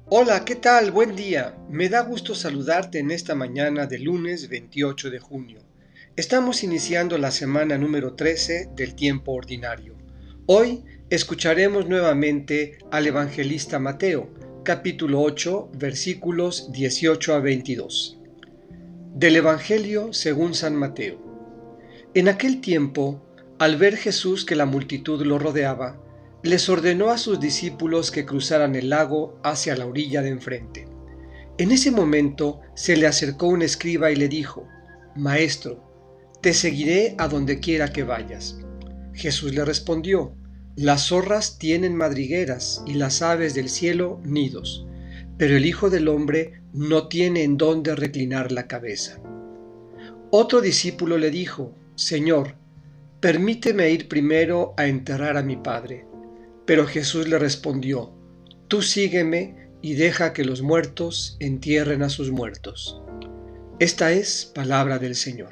Hola, ¿qué tal? Buen día. Me da gusto saludarte en esta mañana de lunes 28 de junio. Estamos iniciando la semana número 13 del tiempo ordinario. Hoy escucharemos nuevamente al evangelista Mateo, capítulo 8, versículos 18 a 22. Del Evangelio según San Mateo. En aquel tiempo, al ver Jesús que la multitud lo rodeaba, les ordenó a sus discípulos que cruzaran el lago hacia la orilla de enfrente. En ese momento se le acercó un escriba y le dijo: Maestro, te seguiré a donde quiera que vayas. Jesús le respondió: Las zorras tienen madrigueras y las aves del cielo nidos, pero el Hijo del Hombre no tiene en dónde reclinar la cabeza. Otro discípulo le dijo: Señor, permíteme ir primero a enterrar a mi padre. Pero Jesús le respondió: Tú sígueme y deja que los muertos entierren a sus muertos. Esta es palabra del Señor.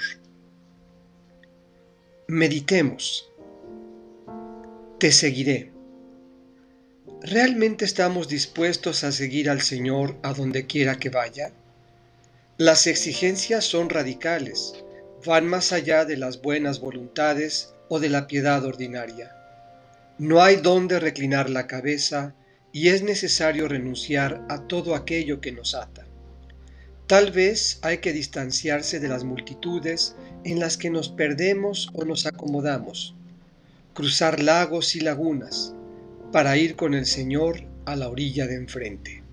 Meditemos. Te seguiré. ¿Realmente estamos dispuestos a seguir al Señor a donde quiera que vaya? Las exigencias son radicales, van más allá de las buenas voluntades o de la piedad ordinaria. No hay dónde reclinar la cabeza y es necesario renunciar a todo aquello que nos ata. Tal vez hay que distanciarse de las multitudes en las que nos perdemos o nos acomodamos, cruzar lagos y lagunas para ir con el Señor a la orilla de enfrente.